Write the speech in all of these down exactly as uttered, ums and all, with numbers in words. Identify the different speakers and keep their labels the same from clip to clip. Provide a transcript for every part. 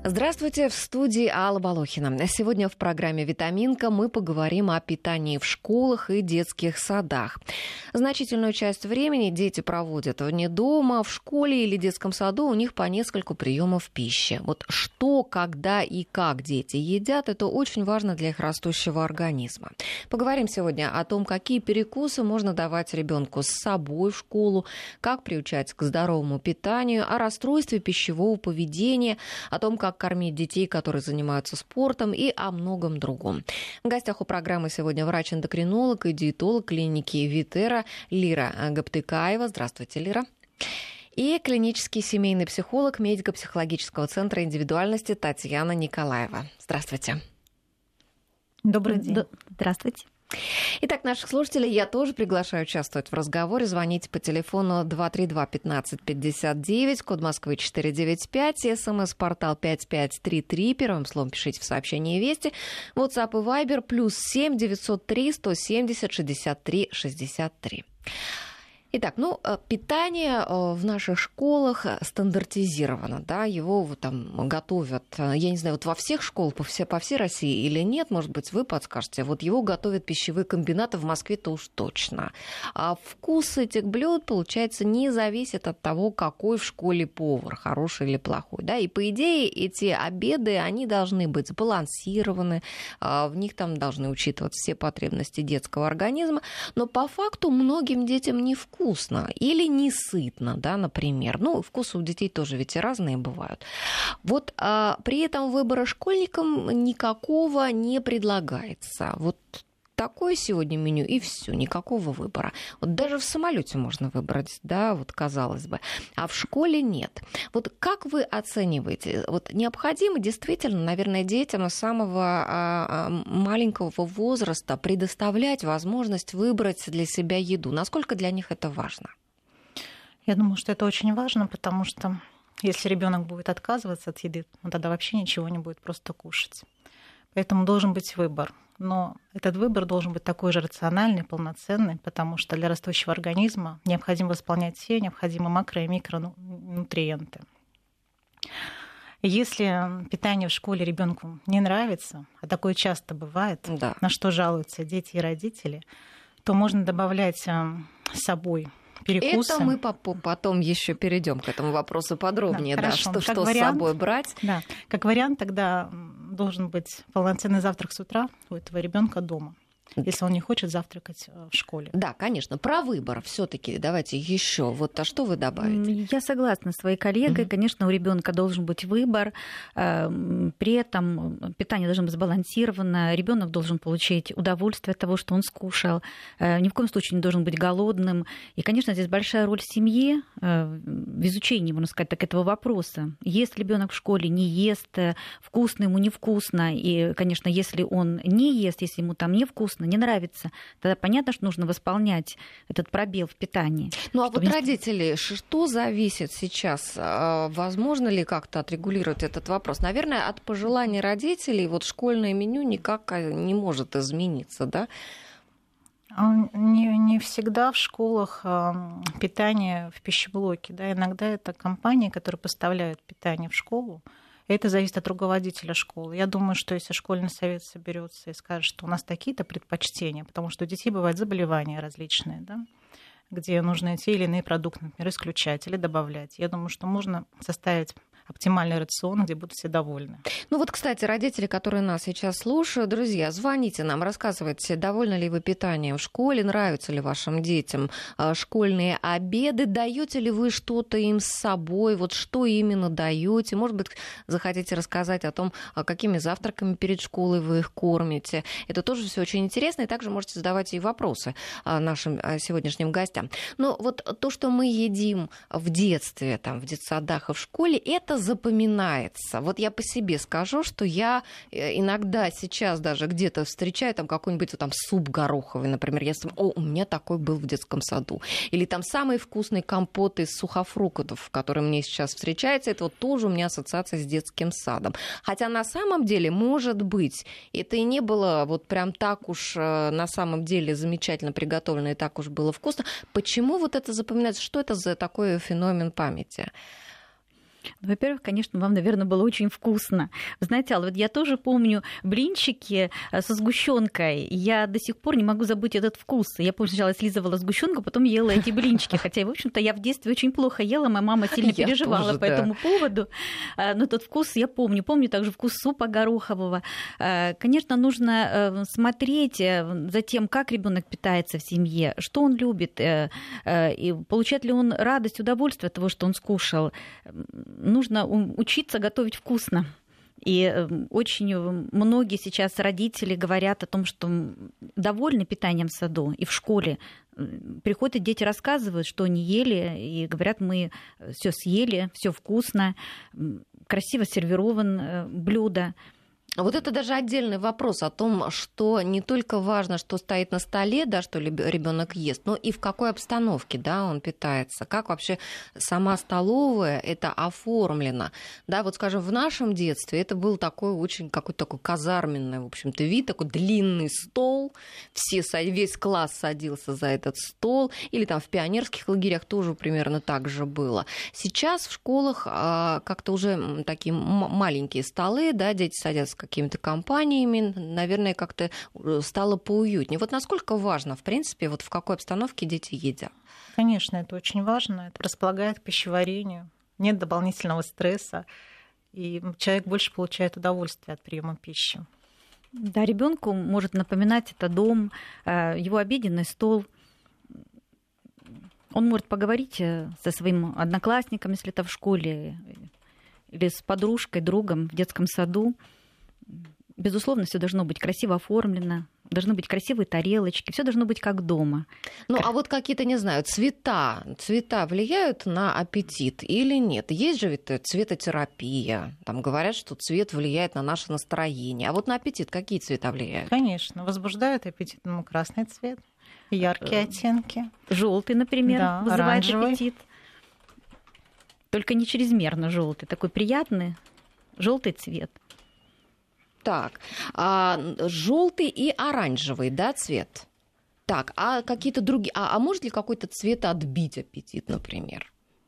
Speaker 1: Здравствуйте, в студии Алла Болохина. Сегодня в программе «Витаминка» мы поговорим о питании в школах и детских садах. Значительную часть времени дети проводят вне дома, в школе или детском саду, у них по нескольку приемов пищи. Вот что, когда и как дети едят, это очень важно для их растущего организма. Поговорим сегодня о том, какие перекусы можно давать ребенку с собой в школу, как приучать к здоровому питанию, о расстройстве пищевого поведения, о том, как кормить детей, которые занимаются спортом, и о многом другом. В гостях у программы сегодня врач-эндокринолог и диетолог клиники Витера Лира Гаптыкаева. Здравствуйте, Лира. И клинический семейный психолог медико-психологического центра индивидуальности Татьяна Николаева. Здравствуйте.
Speaker 2: Добрый день. Здравствуйте.
Speaker 1: Итак, наших слушателей я тоже приглашаю участвовать в разговоре. Звоните по телефону два три два пятнадцать пятьдесят девять, код Москвы четыре девять пять, смс-портал пять пять три три. Первым словом пишите в сообщении «Вести». WhatsApp и Viber плюс семь девятьсот три сто семьдесят шестьдесят три шестьдесят три. Итак, ну, питание в наших школах стандартизировано, да, его вот там готовят, я не знаю, вот во всех школах по всей, по всей России или нет, может быть, вы подскажете, вот его готовят пищевые комбинаты, в Москве-то уж точно. А вкус этих блюд, получается, не зависит от того, какой в школе повар, хороший или плохой, да, и по идее эти обеды, они должны быть сбалансированы, в них там должны учитываться все потребности детского организма, но по факту многим детям не вкусно. Вкусно или не сытно, да, например. Ну, вкусы у детей тоже ведь и разные бывают. Вот а, при этом выбора школьникам никакого не предлагается. Вот такое сегодня меню, и все, никакого выбора. Вот даже в самолете можно выбрать, да, вот казалось бы, а в школе нет. Вот как вы оцениваете, вот необходимо действительно, наверное, детям с самого а, маленького возраста предоставлять возможность выбрать для себя еду? Насколько для них это важно?
Speaker 2: Я думаю, что это очень важно, потому что если ребенок будет отказываться от еды, он тогда вообще ничего не будет просто кушать. Поэтому должен быть выбор. Но этот выбор должен быть такой же рациональный, полноценный, потому что для растущего организма необходимо восполнять все необходимые макро- и микронутриенты. Если питание в школе ребенку не нравится, а такое часто бывает, да, на что жалуются дети и родители, то можно добавлять с собой перекусы.
Speaker 1: Это мы потом еще перейдем к этому вопросу подробнее, да, да, что, что
Speaker 2: вариант,
Speaker 1: с собой брать.
Speaker 2: Да, как вариант тогда должен быть полноценный завтрак с утра у этого ребенка дома, если он не хочет завтракать в школе.
Speaker 1: Да, конечно. Про выбор все-таки давайте еще. Вот, а что вы добавите?
Speaker 3: Я согласна с своей коллегой. Mm-hmm. Конечно, у ребенка должен быть выбор. При этом питание должно быть сбалансировано. Ребенок должен получить удовольствие от того, что он скушал. Ни в коем случае не должен быть голодным. И, конечно, здесь большая роль семьи в изучении, можно сказать, так, этого вопроса. Ест ребенок в школе, не ест, вкусно ему, невкусно. И, конечно, если он не ест, если ему там невкусно, не нравится, тогда понятно, что нужно восполнять этот пробел в питании.
Speaker 1: Ну а вот не... родители, что зависит сейчас? Возможно ли как-то отрегулировать этот вопрос? Наверное, от пожеланий родителей вот школьное меню никак не может измениться, да?
Speaker 2: Не, не всегда в школах питание в пищеблоке. Да? Иногда это компании, которые поставляют питание в школу. Это зависит от руководителя школы. Я думаю, что если школьный совет соберется и скажет, что у нас такие-то предпочтения, потому что у детей бывают заболевания различные, да, где нужно те или иные продукты, например, исключать или добавлять. Я думаю, что можно составить оптимальный рацион, где будут все довольны.
Speaker 1: Ну вот, кстати, родители, которые нас сейчас слушают, друзья, звоните нам, рассказывайте, довольны ли вы питанием в школе, нравятся ли вашим детям школьные обеды, даете ли вы что-то им с собой, вот что именно даете, может быть, захотите рассказать о том, какими завтраками перед школой вы их кормите. Это тоже все очень интересно, и также можете задавать и вопросы нашим сегодняшним гостям. Но вот то, что мы едим в детстве, там, в детсадах и в школе, это запоминается. Вот я по себе скажу, что я иногда сейчас даже где-то встречаю там какой-нибудь вот, там суп гороховый, например, я о, у меня такой был в детском саду. Или там самый вкусный компот из сухофруктов, который мне сейчас встречается, это вот тоже у меня ассоциация с детским садом. Хотя на самом деле, может быть, это и не было вот прям так уж на самом деле замечательно приготовлено и так уж было вкусно. Почему вот это запоминается? Что это за такой феномен памяти?
Speaker 3: Во-первых, конечно, вам, наверное, было очень вкусно. Вы знаете, Алла, вот я тоже помню блинчики со сгущенкой. Я до сих пор не могу забыть этот вкус. Я помню, сначала слизывала сгущенку, потом ела эти блинчики. Хотя, в общем-то, я в детстве очень плохо ела, моя мама сильно я переживала тоже, по да. этому поводу. Но тот вкус я помню. Помню также вкус супа горохового. Конечно, нужно смотреть за тем, как ребенок питается в семье, что он любит, и получает ли он радость, удовольствие от того, что он скушал. Нужно учиться готовить вкусно. И очень многие сейчас родители говорят о том, что довольны питанием в саду и в школе. Приходят дети, рассказывают, что они ели, и говорят, мы все съели, все вкусно, красиво сервировано блюдо.
Speaker 1: Вот это даже отдельный вопрос о том, что не только важно, что стоит на столе, да, что ребенок ест, но и в какой обстановке, да, он питается, как вообще сама столовая это оформлена. Да, вот, скажем, в нашем детстве это был такой очень какой-то такой казарменный, в общем-то, вид, такой длинный стол, все, весь класс садился за этот стол, или там в пионерских лагерях тоже примерно так же было. Сейчас в школах а, как-то уже такие маленькие столы, да, дети садятся какими-то компаниями, наверное, как-то стало поуютнее. Вот насколько важно, в принципе, вот в какой обстановке дети едят?
Speaker 2: Конечно, это очень важно. Это располагает к пищеварению. Нет дополнительного стресса, и человек больше получает удовольствие от приема пищи.
Speaker 3: Да, ребенку может напоминать это дом, его обеденный стол. Он может поговорить со своим одноклассником, если это в школе, или с подружкой, другом в детском саду. Безусловно, все должно быть красиво оформлено, должны быть красивые тарелочки, все должно быть как дома.
Speaker 1: Ну, а вот какие-то, не знаю, цвета, цвета влияют на аппетит или нет? Есть же ведь цветотерапия, там говорят, что цвет влияет на наше настроение. А вот на аппетит какие цвета влияют?
Speaker 2: Конечно, возбуждает аппетит, ну, красный цвет, яркие оттенки.
Speaker 3: Желтый, например, да, вызывает
Speaker 2: оранжевый.
Speaker 3: Аппетит. Только не чрезмерно желтый, такой приятный желтый цвет.
Speaker 1: Так, а, желтый и оранжевый, да, цвет? Так, а какие-то другие... А, а может ли какой-то цвет отбить аппетит, например?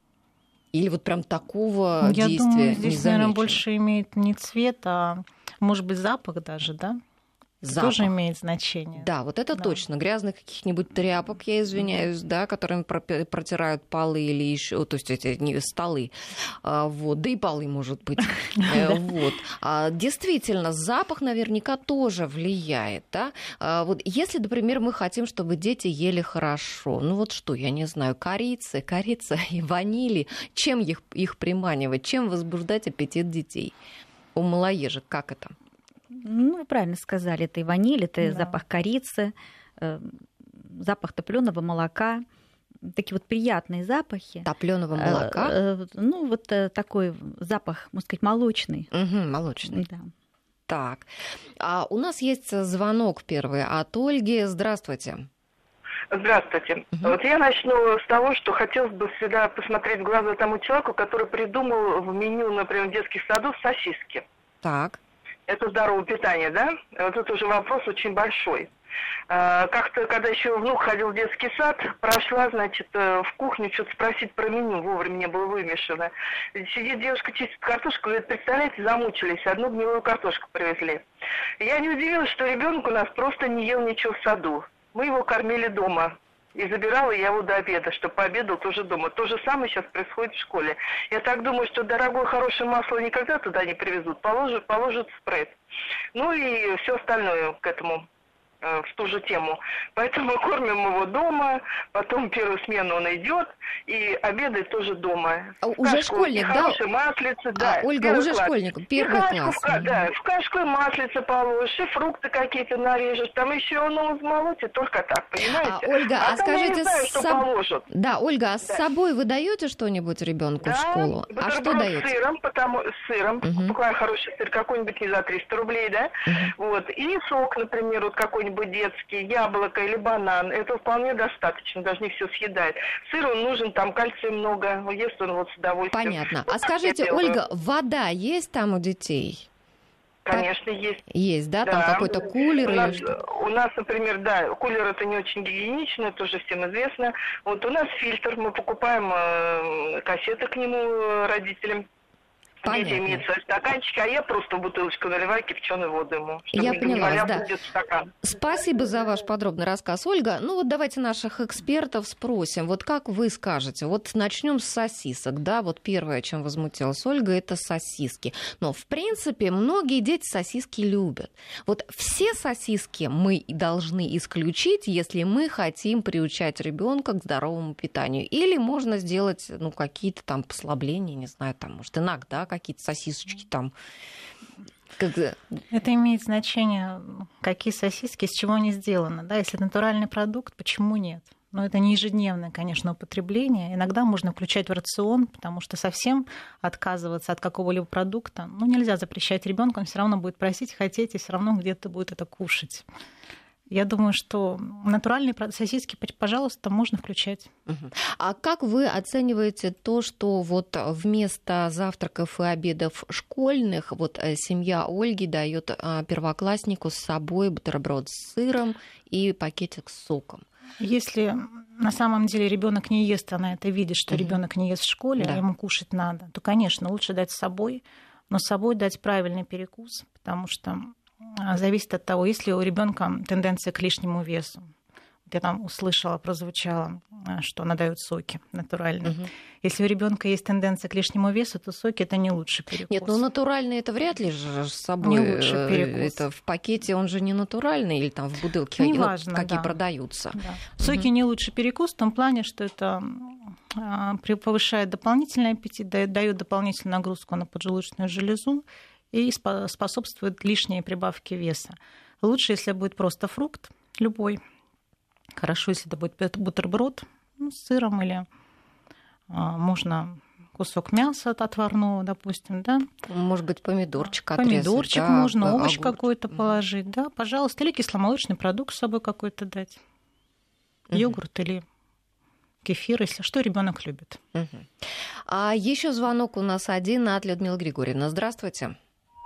Speaker 1: Или вот прям такого
Speaker 2: Я
Speaker 1: действия
Speaker 2: думаю, здесь,
Speaker 1: не замечено?
Speaker 2: наверное, больше имеет не цвет, а, может быть, запах даже, да?
Speaker 1: Запах.
Speaker 2: Тоже имеет значение.
Speaker 1: Да, вот это
Speaker 2: да.
Speaker 1: точно. Грязных каких-нибудь тряпок, я извиняюсь, да, которыми протирают полы или еще, то есть эти не столы, вот, да и полы, может быть. Вот. Действительно, запах наверняка тоже влияет, да. Вот если, например, мы хотим, чтобы дети ели хорошо, ну вот что, я не знаю, корицы, корица и ванили, чем их, их приманивать, чем возбуждать аппетит детей? У малоежек как это?
Speaker 3: Ну, вы правильно сказали, это и ваниль, это да. запах корицы, э, запах топленого молока, такие вот приятные запахи.
Speaker 1: Топленого молока?
Speaker 3: Э, э, ну, вот э, такой запах, можно сказать, молочный.
Speaker 1: Угу, молочный.
Speaker 3: Да.
Speaker 1: Так, а у нас есть звонок первый от Ольги. Здравствуйте.
Speaker 4: Здравствуйте. Угу. Вот я начну с того, что хотелось бы всегда посмотреть в глаза тому человеку, который придумал в меню, например, детских садов сосиски.
Speaker 1: Так.
Speaker 4: Это здоровое питание, да? Вот это уже вопрос очень большой. Как-то, когда еще внук ходил в детский сад, прошла, значит, в кухню что-то спросить про меню, вовремя не было вымешано. Сидит девушка, чистит картошку, говорит, представляете, замучились, одну гнилую картошку привезли. Я не удивилась, что ребенок у нас просто не ел ничего в саду. Мы его кормили дома. И забирала я его до обеда, чтобы пообедал тоже дома. То же самое сейчас происходит в школе. Я так думаю, что дорогое, хорошее масло никогда туда не привезут. Положат, положат спред. Ну и все остальное к этому, э, в ту же тему. Поэтому мы кормим его дома, потом первую смену он идет, и обедает тоже дома.
Speaker 1: А уже
Speaker 4: кашку,
Speaker 1: школьник, да?
Speaker 4: Хорошее маслице, да.
Speaker 1: А, Ольга, уже
Speaker 4: класс.
Speaker 1: школьник, первый
Speaker 4: и
Speaker 1: класс.
Speaker 4: Кашку, да, в кашку и маслице положишь, и фрукты какие-то нарежешь. Там еще он взмолотит, только так, понимаете?
Speaker 1: А, Ольга, а,
Speaker 4: а
Speaker 1: скажите,
Speaker 4: я не знаю, что
Speaker 1: соб...
Speaker 4: положат.
Speaker 1: Да, Ольга, а с
Speaker 4: Да.
Speaker 1: собой вы даете что-нибудь ребенку
Speaker 4: Да,
Speaker 1: в школу? А что даете?
Speaker 4: С сыром, потому с сыром,
Speaker 1: Угу.
Speaker 4: покупаем хороший сыр, какой-нибудь не за триста рублей, да?
Speaker 1: Угу.
Speaker 4: Вот. И сок, например, вот какой-нибудь детский, яблоко или банан. Это вполне достаточно, даже не все съедает. Сыр он нужен, там кальция много, ест он вот с удовольствием.
Speaker 1: Понятно.
Speaker 4: Вот
Speaker 1: А скажите, Ольга, вода есть там у детей?
Speaker 4: Конечно, есть.
Speaker 1: Есть, да?
Speaker 4: Да.
Speaker 1: Там какой-то кулер
Speaker 4: у
Speaker 1: или
Speaker 4: нас,
Speaker 1: что?
Speaker 4: у нас, например, да, кулер это не очень гигиенично, это уже всем известно. Вот у нас фильтр, мы покупаем э, кассеты к нему э, родителям.
Speaker 1: Понятно.
Speaker 4: Дети имеют свои стаканчики, а я просто бутылочку наливаю кипяченую воду ему.
Speaker 1: Я поняла, да.
Speaker 4: Будет стакан.
Speaker 1: Спасибо за ваш подробный рассказ, Ольга. Ну вот давайте наших экспертов спросим. Вот как вы скажете? Вот начнем с сосисок, да? Вот первое, чем возмутилась Ольга, это сосиски. Но, в принципе, многие дети сосиски любят. Вот все сосиски мы должны исключить, если мы хотим приучать ребенка к здоровому питанию. Или можно сделать, ну, какие-то там послабления, не знаю, там, может, иногда какие-то сосисочки там. Как...
Speaker 2: Это имеет значение, какие сосиски, из чего они сделаны. Да? Если натуральный продукт, почему нет? Но это не ежедневное, конечно, употребление. Иногда можно включать в рацион, потому что совсем отказываться от какого-либо продукта, ну, нельзя запрещать ребенку, он все равно будет просить, хотеть, и все равно где-то будет это кушать. Я думаю, что натуральные сосиски, пожалуйста, можно включать.
Speaker 1: А как вы оцениваете то, что вот вместо завтраков и обедов школьных вот семья Ольги дает первокласснику с собой бутерброд с сыром и пакетик с соком?
Speaker 2: Если на самом деле ребенок не ест, она это видит, что uh-huh. ребенок не ест в школе, да. а ему кушать надо, то, конечно, лучше дать с собой, но с собой дать правильный перекус, потому что зависит от того, есть ли у ребенка тенденция к лишнему весу. Я там услышала, прозвучало, что она дает соки натуральные. Угу. Если у ребенка есть тенденция к лишнему весу, то соки это не лучший перекус.
Speaker 1: Нет, ну натуральный это вряд ли же с собой.
Speaker 2: Не лучший перекус.
Speaker 1: Это в пакете он же не натуральный или там в бутылке,
Speaker 2: не
Speaker 1: ну,
Speaker 2: важно,
Speaker 1: какие
Speaker 2: да.
Speaker 1: продаются.
Speaker 2: Да. Соки угу. не лучший перекус в том плане, что это повышает дополнительный аппетит, дает дополнительную нагрузку на поджелудочную железу и способствует лишней прибавке веса. Лучше, если будет просто фрукт любой. Хорошо, если это будет бутерброд ну, с сыром или а, можно кусок мяса отварного, допустим, да.
Speaker 1: Может быть, помидорчик
Speaker 2: отрезать. Помидорчик
Speaker 1: да,
Speaker 2: можно, овощ
Speaker 1: огурчик.
Speaker 2: какой-то положить, да, пожалуйста. Или кисломолочный продукт с собой какой-то дать. Угу. Йогурт или кефир, если что ребенок любит.
Speaker 1: Угу. А еще звонок у нас один от Людмилы Григорьевны. Здравствуйте.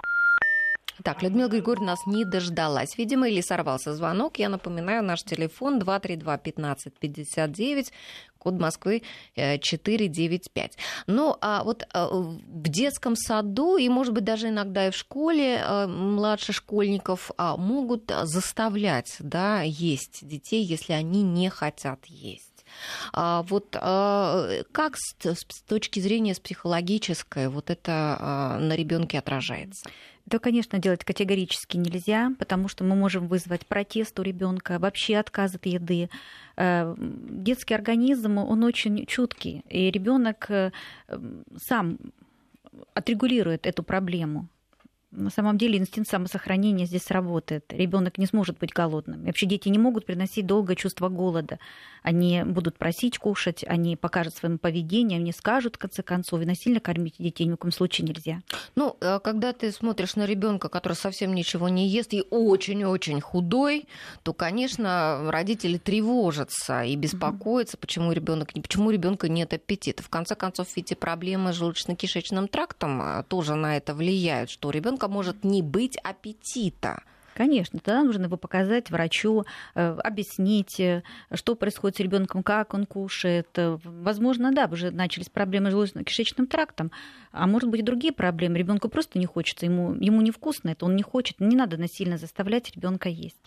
Speaker 1: Так, Людмила Григорьевна нас не дождалась, видимо, или сорвался звонок. Я напоминаю, наш телефон два три два пятнадцать пятьдесят девять, код Москвы четыре девять пять. Ну, а вот в детском саду и, может быть, даже иногда и в школе младших школьников могут заставлять, да, есть детей, если они не хотят есть. А вот а, как с, с точки зрения с психологической вот это а, на ребенке отражается?
Speaker 3: Это, конечно, делать категорически нельзя, потому что мы можем вызвать протест у ребенка, вообще отказ от еды. Детский организм, он очень чуткий, и ребенок сам отрегулирует эту проблему. На самом деле инстинкт самосохранения здесь работает. Ребенок не сможет быть голодным. И вообще дети не могут приносить долгое чувство голода. Они будут просить кушать, они покажут своим поведением, они скажут, в конце концов, и насильно кормить детей ни в коем случае нельзя.
Speaker 1: Ну, когда ты смотришь на ребенка, который совсем ничего не ест и очень-очень худой, то, конечно, родители тревожатся и беспокоятся, mm-hmm. почему ребенок, почему у ребенка нет аппетита. В конце концов, эти проблемы с желудочно-кишечным трактом тоже на это влияют, что у ребенка может не быть аппетита.
Speaker 3: Конечно, тогда нужно его показать врачу, объяснить, что происходит с ребенком, как он кушает. Возможно, да, уже начались проблемы с желудочно-кишечным трактом, а может быть и другие проблемы. Ребенку просто не хочется, ему, ему невкусно это, он не хочет. Не надо насильно заставлять ребенка есть.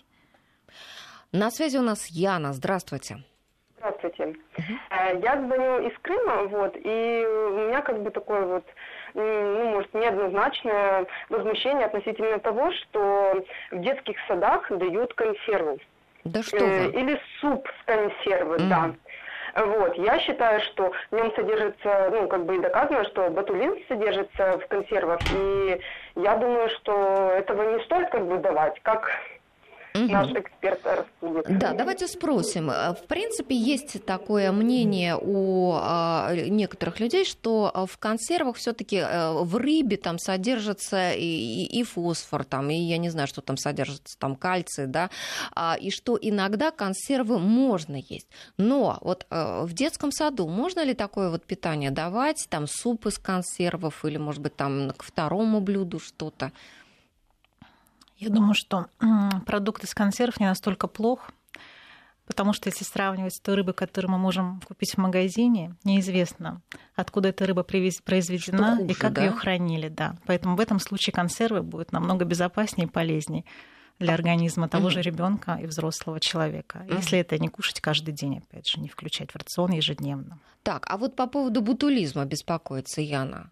Speaker 1: На связи у нас Яна. Здравствуйте.
Speaker 5: Здравствуйте. Uh-huh. Я звоню из Крыма, вот, и у меня как бы такой вот, ну, может, неоднозначное возмущение относительно того, что в детских садах дают консервы.
Speaker 1: Да что вы?
Speaker 5: Или суп с консервы, uh-huh. да. Вот, я считаю, что в нем содержится, ну, как бы и доказано, что ботулин содержится в консервах, и я думаю, что этого не стоит как бы давать, как... Угу. Наш эксперт рассудит.
Speaker 1: Да, давайте спросим. В принципе, есть такое мнение у некоторых людей, что в консервах все-таки в рыбе там содержится и, и фосфор, там, и я не знаю, что там содержится, там кальций, да, и что иногда консервы можно есть. Но вот в детском саду можно ли такое вот питание давать, там суп из консервов или, может быть, там к второму блюду что-то?
Speaker 2: Я думаю, что продукт из консервов не настолько плох. Потому что если сравнивать с той рыбой, которую мы можем купить в магазине, неизвестно, откуда эта рыба произведена хуже, и как да? ее хранили. Да. Поэтому в этом случае консервы будут намного безопаснее и полезнее для организма того угу. же ребенка и взрослого человека. Угу. Если это не кушать каждый день, опять же, не включать в рацион ежедневно.
Speaker 1: Так, а вот по поводу ботулизма беспокоится Яна.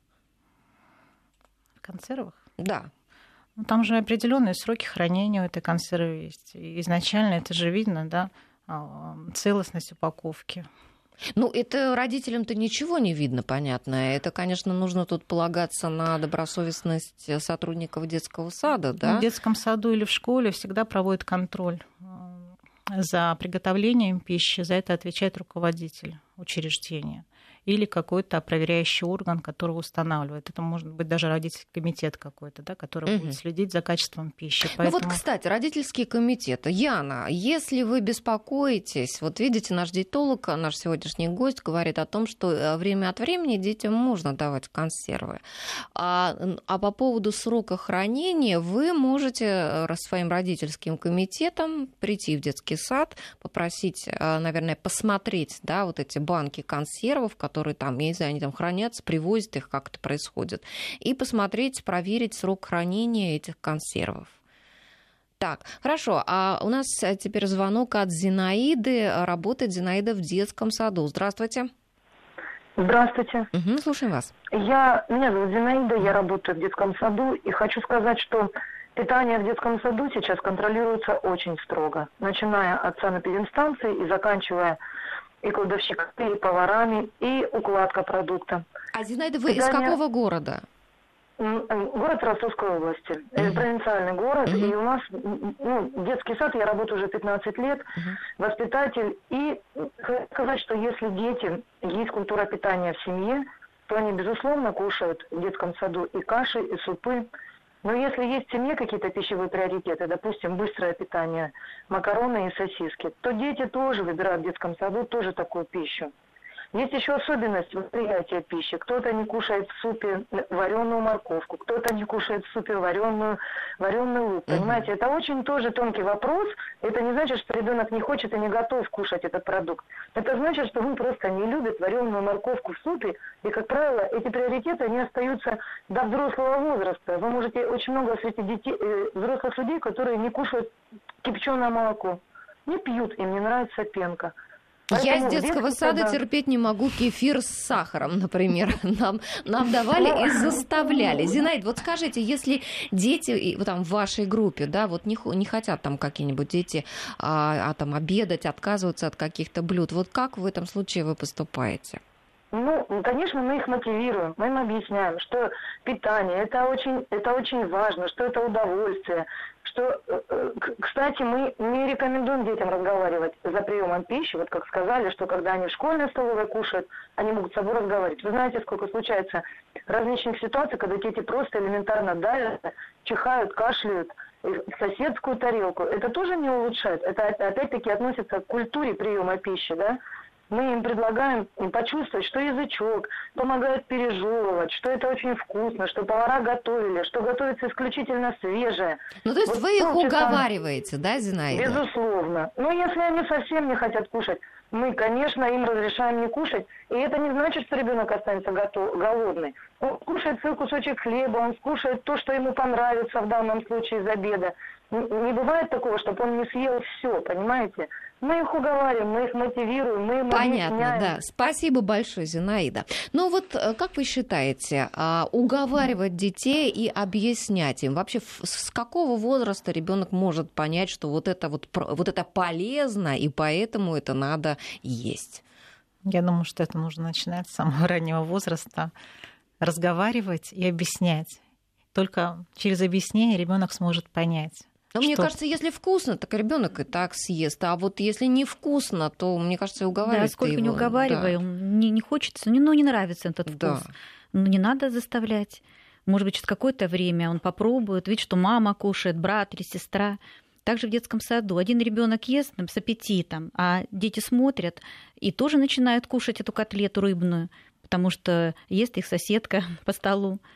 Speaker 2: В консервах?
Speaker 1: Да.
Speaker 2: Ну, там же определенные сроки хранения у этой консервы есть. И изначально это же видно, да, целостность упаковки.
Speaker 1: Ну, это родителям-то ничего не видно, понятно. Это, конечно, нужно тут полагаться на добросовестность сотрудников детского сада, да?
Speaker 2: В детском саду или в школе всегда проводят контроль за приготовлением пищи. За это отвечает руководитель учреждения или какой-то проверяющий орган, который устанавливает. Это может быть даже родительский комитет какой-то, да, который угу. будет следить за качеством пищи.
Speaker 1: Поэтому... Ну вот, кстати, родительские комитеты. Яна, если вы беспокоитесь, вот видите, наш диетолог, наш сегодняшний гость говорит о том, что время от времени детям можно давать консервы. А, а по поводу срока хранения вы можете своим родительским комитетом прийти в детский сад, попросить, наверное, посмотреть, да, вот эти банки консервов, которые там, я не знаю, они там хранятся, привозят их, как это происходит, и посмотреть, проверить срок хранения этих консервов. Так, хорошо, а у нас теперь звонок от Зинаиды. Работает Зинаида в детском саду. Здравствуйте.
Speaker 6: Здравствуйте.
Speaker 1: Угу, слушаем вас.
Speaker 6: Я, меня зовут Зинаида, я работаю в детском саду, и хочу сказать, что питание в детском саду сейчас контролируется очень строго, начиная от санэпидемстанции и заканчивая и кладовщиками, и поварами, и укладка продукта.
Speaker 1: А, Зинаида, вы Питание... из какого города?
Speaker 6: Город Ростовской области. Uh-huh. Это провинциальный город. Uh-huh. И у нас ну, детский сад, я работаю уже пятнадцать лет, uh-huh. воспитатель. И хочу сказать, что если дети, есть культура питания в семье, то они, безусловно, кушают в детском саду и каши, и супы. Но если есть в семье какие-то пищевые приоритеты, допустим, быстрое питание, макароны и сосиски, то дети тоже выбирают в детском саду тоже такую пищу. Есть еще особенность восприятия пищи. Кто-то не кушает в супе вареную морковку, кто-то не кушает в супе вареную, вареный лук. Uh-huh. Понимаете, это очень тоже тонкий вопрос. Это не значит, что ребенок не хочет и не готов кушать этот продукт. Это значит, что он просто не любит вареную морковку в супе. И, как правило, эти приоритеты, они остаются до взрослого возраста. Вы можете очень много встретить детей, э, взрослых людей, которые не кушают кипяченое молоко, не пьют, им не нравится пенка.
Speaker 1: Я из детского сада да. терпеть не могу кефир с сахаром, например. Нам, нам давали и заставляли. Зинаида, вот скажите, если дети вот там в вашей группе, да, вот не, не хотят там какие-нибудь дети а, а там обедать, отказываться от каких-то блюд, вот как в этом случае вы поступаете?
Speaker 6: Ну, конечно, мы их мотивируем, мы им объясняем, что питание это очень, это очень важно, что это удовольствие, что, кстати, мы не рекомендуем детям разговаривать за приемом пищи, вот как сказали, что когда они в школьной столовой кушают, они могут с собой разговаривать. Вы знаете, сколько случается различных ситуаций, когда дети просто элементарно давят, чихают, кашляют в соседскую тарелку. Это тоже не улучшает, это опять-таки относится к культуре приема пищи, да? Мы им предлагаем почувствовать, что язычок помогает пережевывать, что это очень вкусно, что повара готовили, что готовится исключительно свежее.
Speaker 1: Ну, то есть
Speaker 6: вот
Speaker 1: вы их уговариваете, да, Зинаида?
Speaker 6: Безусловно. Но если они совсем не хотят кушать, мы, конечно, им разрешаем не кушать. И это не значит, что ребенок останется готов, голодный. Он кушает свой кусочек хлеба, он скушает то, что ему понравится в данном случае из обеда. Не бывает такого, чтобы он не съел все, понимаете? Мы их уговариваем, мы их мотивируем, мы им
Speaker 1: Понятно,
Speaker 6: объясняем.
Speaker 1: Да. Спасибо большое, Зинаида. Ну вот, как вы считаете, уговаривать детей и объяснять им, вообще с какого возраста ребенок может понять, что вот это, вот, вот это полезно, и поэтому это надо есть?
Speaker 2: Я думаю, что это нужно начинать с самого раннего возраста, разговаривать и объяснять. Только через объяснение ребенок сможет понять.
Speaker 1: Но что... мне кажется, если вкусно, так ребенок и так съест. А вот если невкусно, то, мне кажется, уговаривать.
Speaker 3: Да, сколько
Speaker 1: его...
Speaker 3: не уговариваем, да. не, не хочется, не, ну, не нравится этот вкус. Да. Ну, не надо заставлять. Может быть, через какое-то время он попробует, видит, что мама кушает, брат или сестра. Также в детском саду один ребенок ест там, с аппетитом, а дети смотрят и тоже начинают кушать эту котлету рыбную, потому что ест их соседка по столу.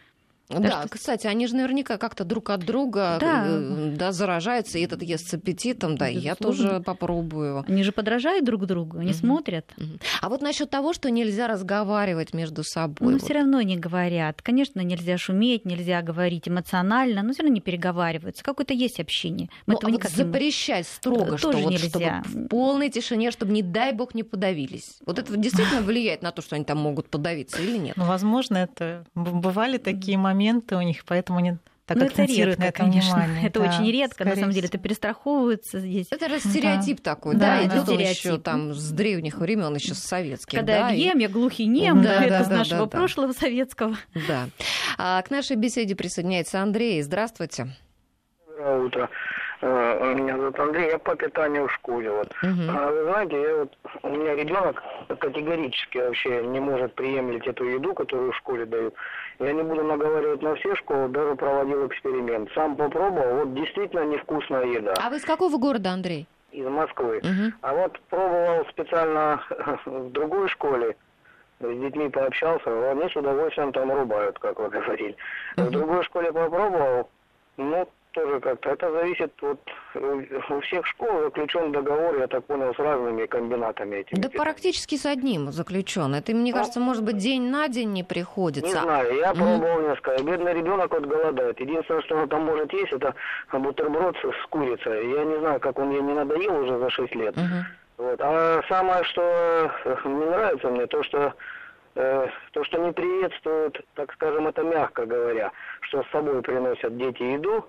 Speaker 1: Да,
Speaker 3: что...
Speaker 1: кстати, они же наверняка как-то друг от друга да. Да, заражаются, и этот ест с аппетитом, да, и я тоже попробую.
Speaker 3: Они же подражают друг другу, они угу. смотрят.
Speaker 1: Угу. А вот насчет того, что нельзя разговаривать между собой.
Speaker 3: Ну,
Speaker 1: вот.
Speaker 3: все равно не говорят. Конечно, нельзя шуметь, нельзя говорить эмоционально, но все равно не переговариваются. Какое-то есть общение. Мы
Speaker 1: ну,
Speaker 3: этого
Speaker 1: а
Speaker 3: никак
Speaker 1: вот запрещать строго, что вот,
Speaker 3: нельзя.
Speaker 1: Чтобы в полной тишине, чтобы, не дай бог, не подавились. Вот это действительно влияет на то, что они там могут подавиться или нет?
Speaker 2: Ну, возможно, это бывали такие моменты у них, поэтому они так
Speaker 3: ну,
Speaker 2: акцентируют
Speaker 3: это редко,
Speaker 2: на это
Speaker 3: конечно.
Speaker 2: внимание.
Speaker 3: Это
Speaker 2: да,
Speaker 3: очень редко, на самом деле. Это перестраховываются здесь.
Speaker 1: Это же стереотип да. такой,
Speaker 2: да,
Speaker 1: да,
Speaker 2: да,
Speaker 1: идет
Speaker 2: да.
Speaker 1: еще там с древних времен, еще с советских.
Speaker 3: Когда
Speaker 1: да,
Speaker 3: я бьем,
Speaker 1: и...
Speaker 3: я глухинем,
Speaker 1: да,
Speaker 3: это
Speaker 1: да,
Speaker 3: с
Speaker 1: да,
Speaker 3: нашего
Speaker 1: да,
Speaker 3: прошлого
Speaker 1: да.
Speaker 3: советского.
Speaker 1: Да. А к нашей беседе присоединяется Андрей. Здравствуйте.
Speaker 7: Доброе утро. Меня зовут Андрей, я по питанию в школе. Вот. Uh-huh. А вы знаете, я вот, у меня ребенок категорически вообще не может приемлить эту еду, которую в школе дают. Я не буду наговаривать на все школы, даже проводил эксперимент. Сам попробовал, вот действительно невкусная еда.
Speaker 1: А вы из какого города, Андрей?
Speaker 7: Из Москвы.
Speaker 1: Uh-huh.
Speaker 7: А вот пробовал специально в другой школе, с детьми пообщался, они с удовольствием там рубают, как вы говорили. Uh-huh. В другой школе попробовал, ну, тоже как-то. Это зависит от... У всех школ заключен договор, я так понял, с разными комбинатами этими.
Speaker 1: Да практически с одним заключен. Это, мне кажется, может быть, день на день не приходится.
Speaker 7: Не знаю, я пробовал mm-hmm. несколько. Бедный ребенок вот голодает. Единственное, что он там может есть, это бутерброд с курицей. Я не знаю, как он ей не надоел уже за шесть лет. Mm-hmm. Вот. А самое, что не нравится мне, то, что э, то, что не приветствуют, так скажем, это мягко говоря, что с собой приносят дети еду.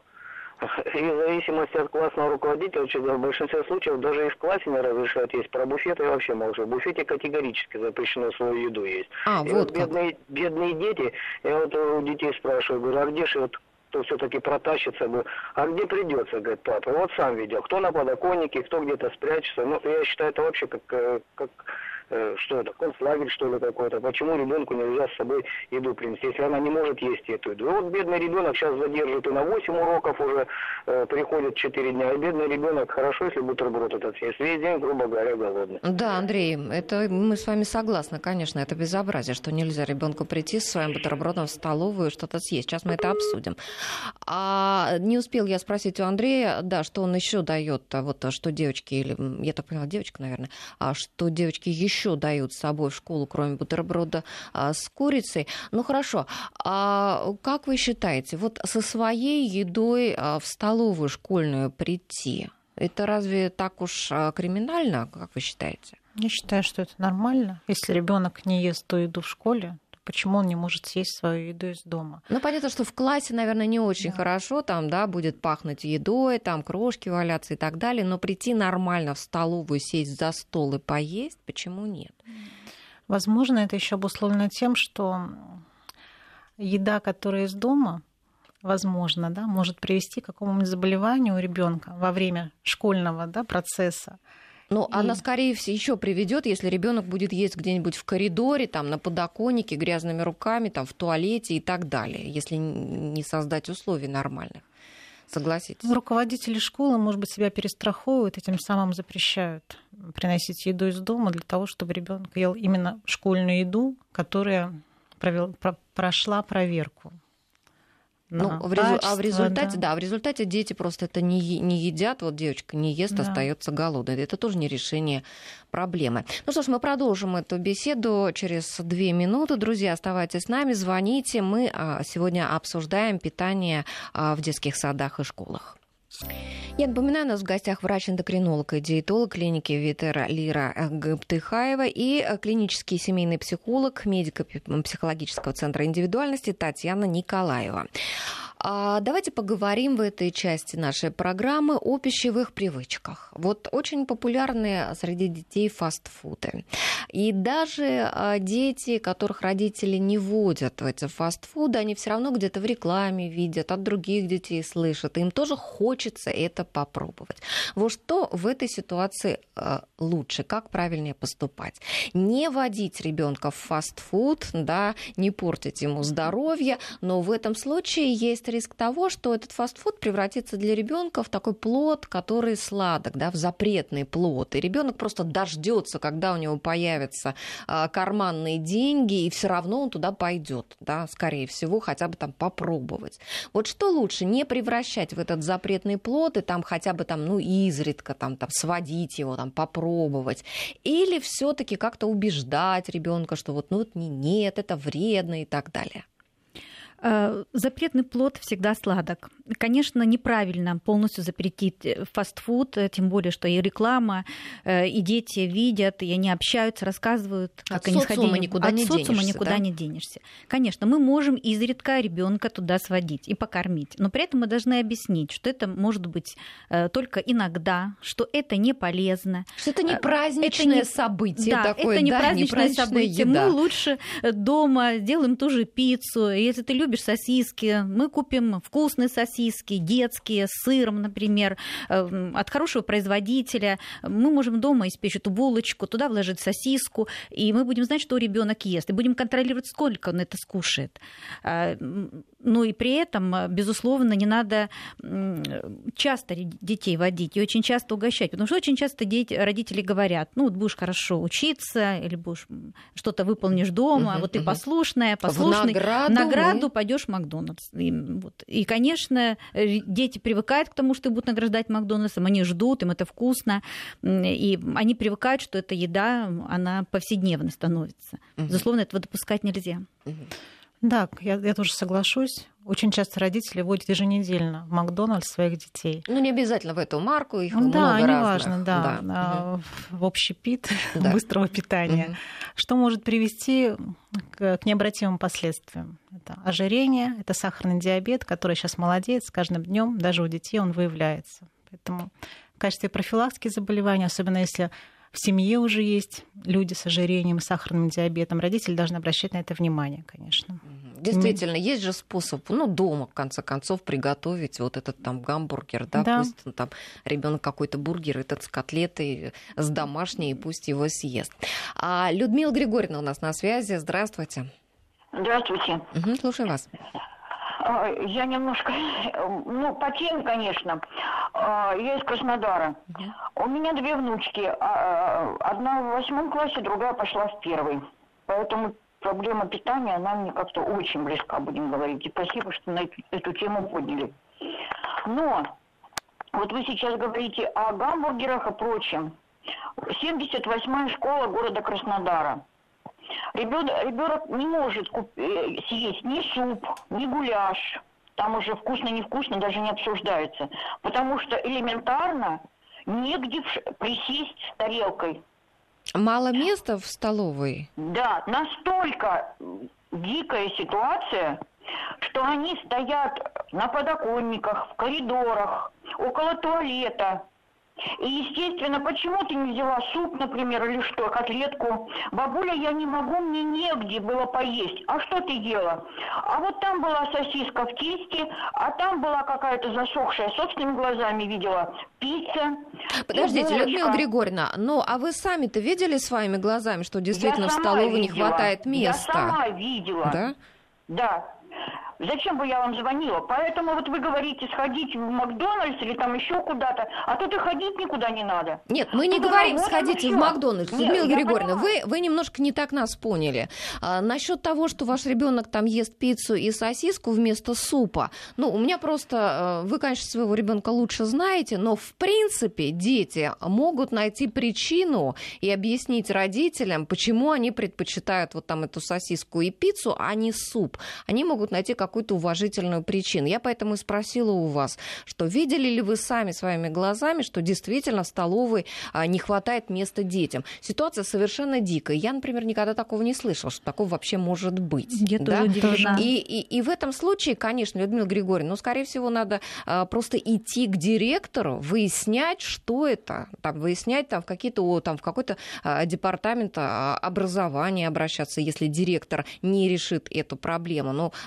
Speaker 7: И в зависимости от классного руководителя, в большинстве случаев даже и в классе не разрешают есть. Про буфеты вообще молчу. В буфете категорически запрещено свою еду есть.
Speaker 1: А,
Speaker 7: и
Speaker 1: вот
Speaker 7: вот бедные, бедные дети, я вот у детей спрашиваю, говорю, а где же вот кто все-таки протащится, говорю, а где придется, говорит, папа, вот сам видел, кто на подоконнике, кто где-то спрячется. Ну, я считаю, это вообще как, как что это, концлагерь, что ли, какой-то. Почему ребенку нельзя с собой еду принести, если она не может есть эту еду? И вот бедный ребенок сейчас задержит и на восемь уроков уже э, приходит четыре дня, и бедный ребенок хорошо, если бутерброд этот съест. Весь день, грубо говоря, голодный.
Speaker 1: Да, Андрей, это мы с вами согласны, конечно, это безобразие, что нельзя ребенку прийти со своим бутербродом в столовую и что-то съесть. Сейчас мы это обсудим. А не успел я спросить у Андрея, да, что он еще дает, вот что девочки, или я так поняла, девочка, наверное, а что девочки еще еще дают с собой в школу, кроме бутерброда а, с курицей. Ну хорошо, а как вы считаете, вот со своей едой а, в столовую школьную прийти, это разве так уж а, криминально, как вы считаете?
Speaker 2: Я считаю, что это нормально. Если ребенок не ест ту еду в школе, то почему он не может съесть свою еду из дома?
Speaker 1: Ну, понятно, что в классе, наверное, не очень да. хорошо, там, да, будет пахнуть едой, там крошки валяться и так далее, но прийти нормально в столовую, сесть за стол и поесть, почему нет?
Speaker 2: Возможно, это еще обусловлено тем, что еда, которая из дома, возможно, да, может привести к какому-нибудь заболеванию у ребенка во время школьного, да, процесса.
Speaker 1: Ну,
Speaker 2: и...
Speaker 1: она, скорее всего, еще приведет, если ребенок будет есть где-нибудь в коридоре, там, на подоконнике, грязными руками, там, в туалете и так далее, если не создать условий нормальных. Согласитесь?
Speaker 2: Руководители школы, может быть, себя перестраховывают и тем самым запрещают приносить еду из дома для того, чтобы ребенок ел именно школьную еду, которая провел, про, прошла проверку.
Speaker 1: Ну, в резу... А в результате, да. да, в результате дети просто это не, не едят, вот девочка не ест, да. остается голодной. Это тоже не решение проблемы. Ну что ж, мы продолжим эту беседу через две минуты. Друзья, оставайтесь с нами, звоните. Мы сегодня обсуждаем питание в детских садах и школах. Я напоминаю, у нас в гостях врач-эндокринолог и диетолог клиники Витера Лира Габтыхаева и клинический семейный психолог медико-психологического центра индивидуальности Татьяна Николаева. Давайте поговорим в этой части нашей программы о пищевых привычках. Вот очень популярны среди детей фастфуды. И даже дети, которых родители не водят в эти фастфуды, они все равно где-то в рекламе видят, от других детей слышат. Им тоже хочется это попробовать. Вот что в этой ситуации э, лучше, как правильнее поступать? Не водить ребенка в фастфуд, да, не портить ему здоровье, но в этом случае есть риск того, что этот фастфуд превратится для ребенка в такой плод, который сладок, да, в запретный плод. И ребенок просто дождется, когда у него появятся э, карманные деньги, и все равно он туда пойдет, да, скорее всего, хотя бы там попробовать. Вот что лучше, не превращать в этот запретный плод и там хотя бы там, ну, изредка там, там сводить его, там попробовать, или все-таки как-то убеждать ребенка, что вот, ну, вот нет, это вредно и так далее.
Speaker 3: Запретный плод всегда сладок. Конечно, неправильно полностью запретить фастфуд, тем более, что и реклама, и дети видят, и они общаются, рассказывают, как
Speaker 1: от
Speaker 3: они
Speaker 1: социума
Speaker 3: сходили.
Speaker 1: Никуда
Speaker 3: От
Speaker 1: не
Speaker 3: социума
Speaker 1: денешься,
Speaker 3: никуда
Speaker 1: да?
Speaker 3: не денешься. Конечно, мы можем изредка ребенка туда сводить и покормить, но при этом мы должны объяснить, что это может быть только иногда, что это не полезно.
Speaker 1: Что это не праздничное
Speaker 3: это не...
Speaker 1: событие
Speaker 3: да,
Speaker 1: такое,
Speaker 3: это не
Speaker 1: да,
Speaker 3: праздничное
Speaker 1: не
Speaker 3: событие.
Speaker 1: еда.
Speaker 3: Мы лучше дома сделаем ту же пиццу, и если ты любишь сосиски, мы купим вкусные сосиски, детские, с сыром, например, от хорошего производителя. Мы можем дома испечь эту булочку, туда вложить сосиску, и мы будем знать, что ребенок ест, и будем контролировать, сколько он это скушает. Ну и при этом, безусловно, не надо часто детей водить и очень часто угощать, потому что очень часто дети, родители говорят, ну вот будешь хорошо учиться, или будешь что-то выполнишь дома, угу, вот ты угу. послушная, послушный, в награду, награду мы... пойдешь в Макдональдс. И, вот. и, конечно, дети привыкают к тому, что их будут награждать Макдональдсом, они ждут, им это вкусно, и они привыкают, что эта еда, она повседневно становится. Угу. Безусловно, этого допускать нельзя.
Speaker 1: Угу.
Speaker 2: Да, я, я тоже соглашусь. Очень часто родители водят еженедельно в Макдональдс своих детей.
Speaker 1: Ну, не обязательно в эту марку, их
Speaker 2: да,
Speaker 1: много разных.
Speaker 2: Да, неважно, да.
Speaker 1: да.
Speaker 2: Угу. В общепит
Speaker 1: да.
Speaker 2: быстрого питания. Угу. Что может привести к, к необратимым последствиям? Это ожирение, это сахарный диабет, который сейчас молодеет, с каждым днем даже у детей он выявляется. Поэтому в качестве профилактики заболеваний, особенно если в семье уже есть люди с ожирением, сахарным диабетом, родители должны обращать на это внимание, конечно.
Speaker 1: Действительно, есть же способ, ну, дома, в конце концов, приготовить вот этот там гамбургер, да,
Speaker 2: да.
Speaker 1: пусть там ребенок какой-то бургер, этот с котлетой, с домашней, пусть его съест. А Людмила Григорьевна у нас на связи. Здравствуйте.
Speaker 8: Здравствуйте.
Speaker 1: Угу, слушаю вас.
Speaker 8: Я немножко, ну, по теме, конечно. Я из Краснодара. Uh-huh. У меня две внучки. Одна в восьмом классе, другая пошла в первый. Поэтому проблема питания, она мне как-то очень близка, будем говорить. И спасибо, что на эту, эту тему подняли. Но вот вы сейчас говорите о гамбургерах и прочем. семьдесят восьмая школа города Краснодара. Ребенок, ребенок не может куп- съесть ни суп, ни гуляш. Там уже вкусно-невкусно даже не обсуждается. Потому что элементарно негде присесть с тарелкой.
Speaker 1: Мало места в столовой?
Speaker 8: Да, настолько дикая ситуация, что они стоят на подоконниках, в коридорах, около туалета. И, естественно, почему ты не взяла суп, например, или что, котлетку? Бабуля, я не могу, мне негде было поесть. А что ты ела? А вот там была сосиска в тесте, а там была какая-то засохшая, собственными глазами видела, пицца.
Speaker 1: Подождите,
Speaker 8: булочка.
Speaker 1: Людмила Григорьевна, ну а вы сами-то видели своими глазами, что действительно в столовой не хватает места?
Speaker 8: Я сама видела.
Speaker 1: Да?
Speaker 8: Да. Зачем бы я вам звонила? Поэтому вот вы говорите, сходить в Макдональдс или там еще куда-то, а тут и ходить никуда не надо.
Speaker 1: Нет, мы не
Speaker 8: тут
Speaker 1: говорим,
Speaker 8: вот
Speaker 1: сходите в Макдональдс.
Speaker 8: Нет,
Speaker 1: Людмила Григорьевна, вы, вы немножко не так нас поняли. А, насчет того, что ваш ребенок там ест пиццу и сосиску вместо супа, ну, у меня просто, вы, конечно, своего ребенка лучше знаете, но в принципе дети могут найти причину и объяснить родителям, почему они предпочитают вот там эту сосиску и пиццу, а не суп. Они могут найти какую-то уважительную причину. Я поэтому и спросила у вас, что видели ли вы сами своими глазами, что действительно в столовой а, не хватает места детям. Ситуация совершенно дикая. Я, например, никогда такого не слышала, что такого вообще может быть.
Speaker 3: Я
Speaker 1: да?
Speaker 3: тоже удивлена.
Speaker 1: И, и, и в этом случае, конечно, Людмила Григорьевна, ну, скорее всего, надо а, просто идти к директору, выяснять, что это, там, выяснять там, в, какие-то, там, в какой-то а, департамент а, образования обращаться, если директор не решит эту проблему. Но а, такого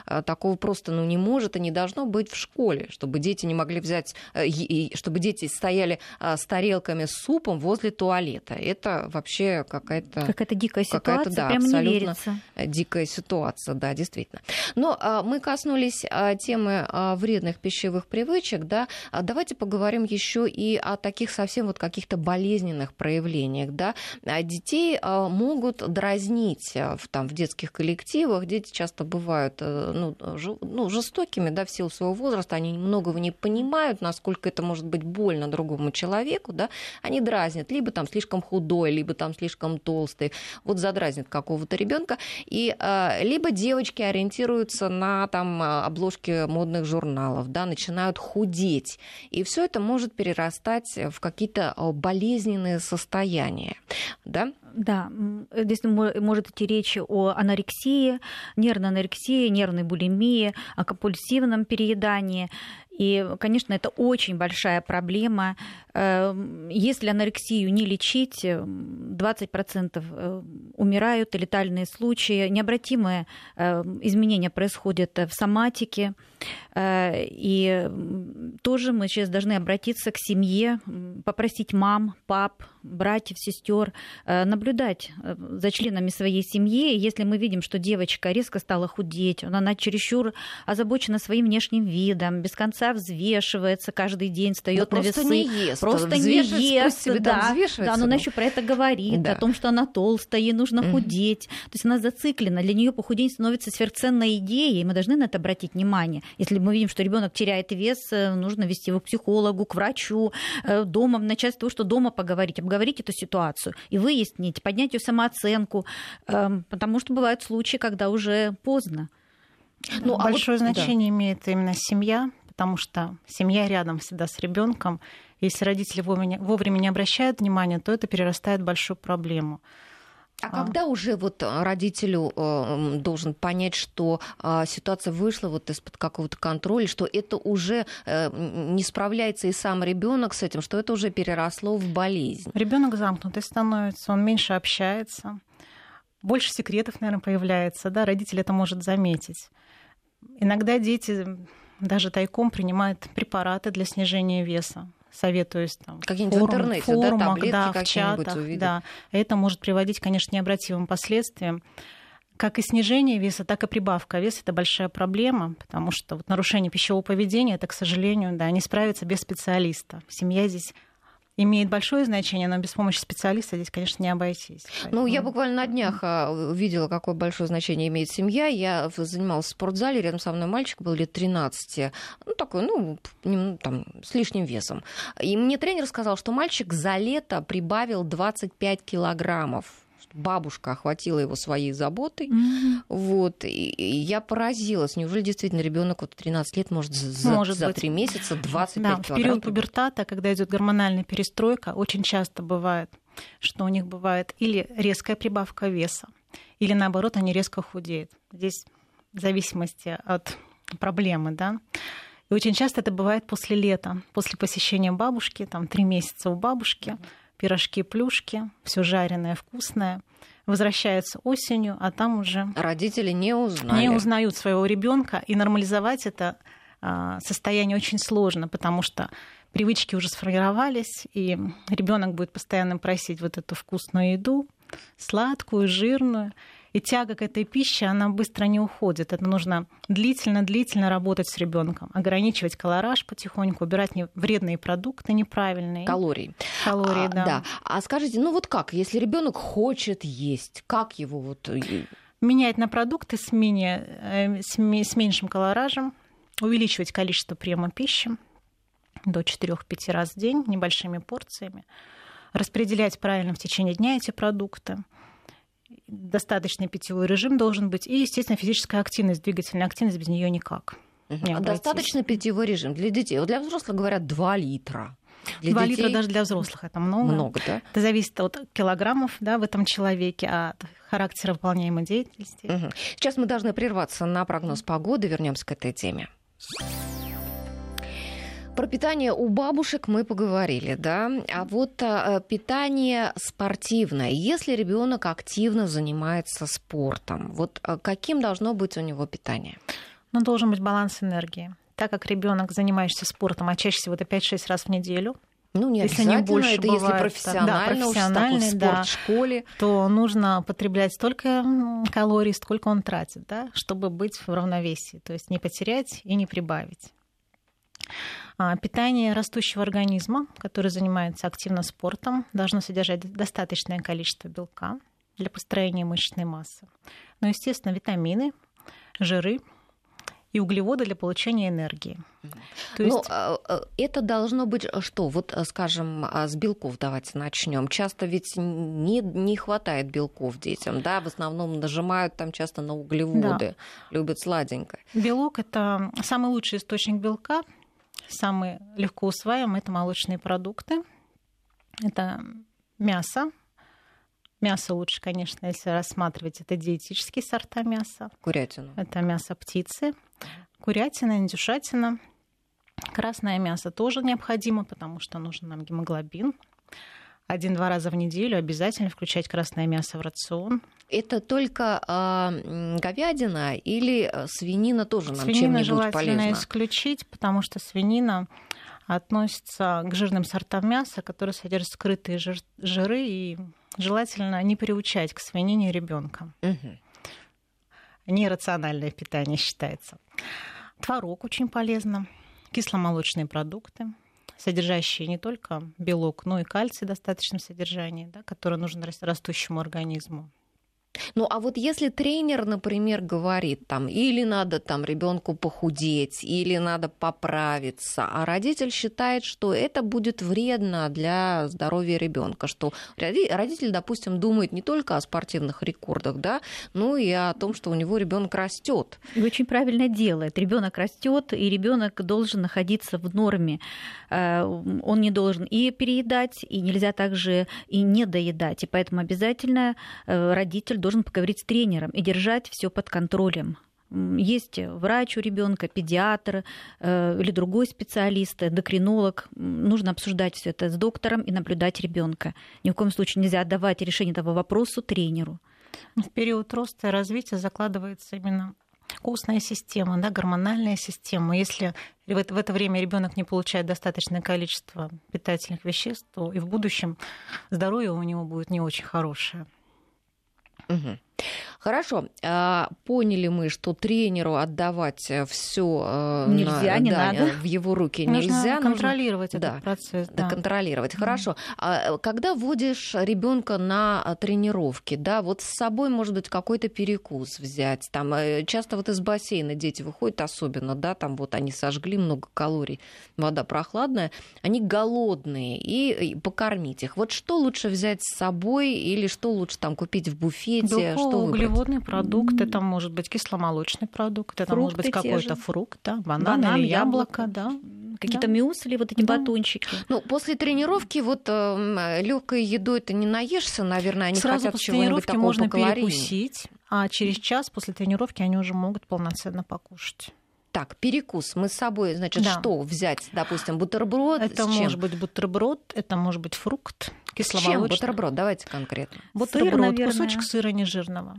Speaker 1: такого просто ну, не может и не должно быть в школе, чтобы дети не могли взять, чтобы дети стояли с тарелками с супом возле туалета. Это вообще какая-то...
Speaker 3: Какая-то дикая ситуация,
Speaker 1: какая-то, да,
Speaker 3: прямо
Speaker 1: абсолютно
Speaker 3: не верится.
Speaker 1: Дикая ситуация, да, действительно. Но а, мы коснулись а, темы а, вредных пищевых привычек, да. А давайте поговорим еще и о таких совсем вот каких-то болезненных проявлениях, да. А детей а, могут дразнить а, в, там, в детских коллективах. Дети часто бывают а, ну, ж, ну, жестокими, да, в силу своего возраста. Они многого не понимают, насколько это может быть больно другому человеку, да. Они дразнят, либо там слишком худой, либо там слишком толстый. Вот задразнят какого-то ребенка. И а, либо девочки ориентируются на там, обложки модных журналов, да, начинают худеть. И все это может перерастать в какие-то болезненные состояния. Да?
Speaker 3: Да, здесь может идти речь о анорексии, нервной анорексии, нервной булимии, о компульсивном переедании. И, конечно, это очень большая проблема. Если анорексию не лечить, двадцать процентов умирают, и летальные случаи. Необратимые изменения происходят в соматике. И тоже мы сейчас должны обратиться к семье, попросить мам, пап, братьев, сестер наблюдать за членами своей семьи. Если мы видим, что девочка резко стала худеть, она чересчур озабочена своим внешним видом, без конца взвешивается каждый день, встает на весы.
Speaker 1: Не ест,
Speaker 3: просто не ест.
Speaker 1: Себе,
Speaker 3: да, да, но она еще про это говорит, да. О том, что она толстая, ей нужно mm-hmm. худеть. То есть она зациклена. Для нее похудение становится сверхценной идеей, и мы должны на это обратить внимание. Если мы видим, что ребенок теряет вес, нужно вести его к психологу, к врачу, дома, начать с того, что дома поговорить, обговорить эту ситуацию и выяснить, поднять ее самооценку, потому что бывают случаи, когда уже поздно.
Speaker 2: Ну, большое а вот, значение да. имеет именно семья, потому что семья рядом всегда с ребенком. Если родители вовремя, вовремя не обращают внимания, то это перерастает в большую проблему.
Speaker 1: А, а когда уже вот родителю э, должен понять, что э, ситуация вышла вот из-под какого-то контроля, что это уже э, не справляется и сам ребенок с этим, что это уже переросло в болезнь?
Speaker 2: Ребенок замкнутый становится, он меньше общается, больше секретов, наверное, появляется, да, родитель это может заметить. Иногда дети даже тайком принимают препараты для снижения веса. Советуюсь там
Speaker 1: какие-нибудь
Speaker 2: форум,
Speaker 1: в интернете,
Speaker 2: форумах,
Speaker 1: да, таблетки
Speaker 2: да, в
Speaker 1: чатах,
Speaker 2: увидят. Да. Это может приводить, конечно, к необратимым последствиям. Как и снижение веса, так и прибавка веса – это большая проблема, потому что вот нарушение пищевого поведения – это, к сожалению, да, не справится без специалиста. Семья здесь имеет большое значение, но без помощи специалиста здесь, конечно, не обойтись.
Speaker 1: Поэтому... Ну, я буквально на днях видела, какое большое значение имеет семья. Я занималась в спортзале, рядом со мной мальчик был лет тринадцати, ну, такой, ну, там, с лишним весом. И мне тренер сказал, что мальчик за лето прибавил двадцать пять килограммов. Бабушка охватила его своей заботой. Mm-hmm. Вот, и, и я поразилась. Неужели действительно ребенок вот тринадцать лет может за, может за три месяца двадцать пять
Speaker 2: да,
Speaker 1: килограмм?
Speaker 2: В период пубертата, когда идет гормональная перестройка, очень часто бывает, что у них бывает или резкая прибавка веса, или наоборот, они резко худеют. Здесь в зависимости от проблемы, да. И очень часто это бывает после лета, после посещения бабушки, там три месяца у бабушки. Пирожки, плюшки, все жареное, вкусное. Возвращаются осенью, а там уже...
Speaker 1: Родители не узнали.
Speaker 2: Не узнают своего ребенка, и нормализовать это состояние очень сложно, потому что привычки уже сформировались, и ребенок будет постоянно просить вот эту вкусную еду, сладкую, жирную. И тяга к этой пище, она быстро не уходит. Это нужно длительно-длительно работать с ребенком, ограничивать колораж потихоньку, убирать вредные продукты неправильные.
Speaker 1: Калории.
Speaker 2: Калории,
Speaker 1: а,
Speaker 2: да.
Speaker 1: да. А скажите, ну вот как, если ребенок хочет есть, как его вот...
Speaker 2: Менять на продукты с, мини, с меньшим колоражем, увеличивать количество приема пищи до четыре-пять раз в день небольшими порциями, распределять правильно в течение дня эти продукты. Достаточный питьевой режим должен быть. И, естественно, физическая активность, двигательная активность, без нее никак.
Speaker 1: Не Достаточный питьевой режим для детей. Для взрослых говорят два литра.
Speaker 2: Для два детей... литра даже для взрослых это много.
Speaker 1: Много, да?
Speaker 2: Это зависит от килограммов, да, в этом человеке, от характера выполняемой деятельности.
Speaker 1: Угу. Сейчас мы должны прерваться на прогноз погоды. Вернемся к этой теме. Про питание у бабушек мы поговорили, да. А вот а, питание спортивное. Если ребенок активно занимается спортом, вот а, каким должно быть у него питание?
Speaker 2: Но должен быть баланс энергии. Так как ребенок, занимающийся спортом, а чаще всего это пять-шесть раз в неделю,
Speaker 1: ну, не
Speaker 2: если не больше,
Speaker 1: это
Speaker 2: бывает,
Speaker 1: если профессионально,
Speaker 2: да, профессиональный,
Speaker 1: уж такой
Speaker 2: да,
Speaker 1: спорт в школе,
Speaker 2: то нужно потреблять столько калорий, сколько он тратит, да, чтобы быть в равновесии, то есть не потерять и не прибавить. Питание растущего организма, который занимается активно спортом, должно содержать достаточное количество белка для построения мышечной массы. Но, естественно, витамины, жиры и углеводы для получения энергии. То есть...
Speaker 1: Но это должно быть что? Вот, скажем, с белков давайте начнем. Часто ведь не, не хватает белков детям, да, в основном нажимают там часто на углеводы, да. Любят сладенькое.
Speaker 2: Белок – это самый лучший источник белка, самый легко усваиваемый – это молочные продукты, это мясо. Мясо лучше, конечно, если рассматривать, это диетические сорта мяса.
Speaker 1: Курятину.
Speaker 2: Это мясо птицы, курятина, индюшатина. Красное мясо тоже необходимо, потому что нужен нам гемоглобин. Один-два раза в неделю обязательно включать красное мясо в рацион.
Speaker 1: Это только э, говядина или свинина тоже нам
Speaker 2: свинина
Speaker 1: чем-нибудь
Speaker 2: желательно
Speaker 1: полезна?
Speaker 2: Исключить, потому что свинина относится к жирным сортам мяса, которые содержат скрытые жир, жиры, и желательно не приучать к свинине ребенка.
Speaker 1: Угу.
Speaker 2: Нерациональное питание считается. Творог очень полезно, кисломолочные продукты, содержащие не только белок, но и кальций в достаточном содержании, да, который нужен растущему организму.
Speaker 1: Ну, а вот если тренер, например, говорит, там, или надо там ребенку похудеть, или надо поправиться, а родитель считает, что это будет вредно для здоровья ребенка, что родитель, допустим, думает не только о спортивных рекордах, да, но и о том, что у него ребенок растет.
Speaker 3: И очень правильно делает. Ребенок растет, и ребенок должен находиться в норме. Он не должен и переедать, и нельзя также и не доедать. И поэтому обязательно родитель должен поговорить с тренером и держать все под контролем. Есть врач у ребенка, педиатр э, или другой специалист, эндокринолог. Нужно обсуждать все это с доктором и наблюдать ребенка. Ни в коем случае нельзя отдавать решение этого вопроса тренеру.
Speaker 2: В период роста и развития закладывается именно костная система, да, гормональная система. Если в это, в это время ребенок не получает достаточное количество питательных веществ, то и в будущем здоровье у него будет не очень хорошее.
Speaker 1: Угу. Хорошо, поняли мы, что тренеру отдавать все
Speaker 3: нельзя,
Speaker 1: на,
Speaker 3: не
Speaker 1: да,
Speaker 3: надо.
Speaker 1: в его руки
Speaker 2: нужно
Speaker 1: нельзя.
Speaker 2: Контролировать
Speaker 1: нужно...
Speaker 2: этот
Speaker 1: да,
Speaker 2: процесс. Да.
Speaker 1: Контролировать. Хорошо. А когда вводишь ребенка на тренировки, да, вот с собой, может быть, какой-то перекус взять. Там часто вот из бассейна дети выходят особенно, да, там вот они сожгли много калорий, вода прохладная, они голодные, и покормить их. Вот что лучше взять с собой или что лучше там купить в буфете? Что выбрать?
Speaker 2: Углеводный продукт, это может быть кисломолочный продукт, это
Speaker 3: Фрукты
Speaker 2: может быть какой-то фрукт, да, банан,
Speaker 3: банан
Speaker 2: или
Speaker 3: яблоко,
Speaker 2: яблоко, да.
Speaker 3: Какие-то
Speaker 2: да.
Speaker 3: мюсли, вот эти
Speaker 2: да.
Speaker 3: батончики.
Speaker 1: Ну, после тренировки вот э, легкой едой ты не наешься, наверное, они
Speaker 2: Сразу
Speaker 1: хотят
Speaker 2: после
Speaker 1: чего-нибудь
Speaker 2: тренировки
Speaker 1: такого
Speaker 2: можно
Speaker 1: покалорийнее.
Speaker 2: перекусить, а через час после тренировки они уже могут полноценно покушать.
Speaker 1: Так, перекус. Мы с собой, значит,
Speaker 2: да.
Speaker 1: что взять? Допустим, бутерброд.
Speaker 2: Это
Speaker 1: с чем?
Speaker 2: может быть бутерброд, это может быть фрукт, кисломолочный.
Speaker 1: С чем бутерброд? Давайте конкретно.
Speaker 2: Бутерброд,
Speaker 3: Сыр,
Speaker 2: кусочек сыра нежирного.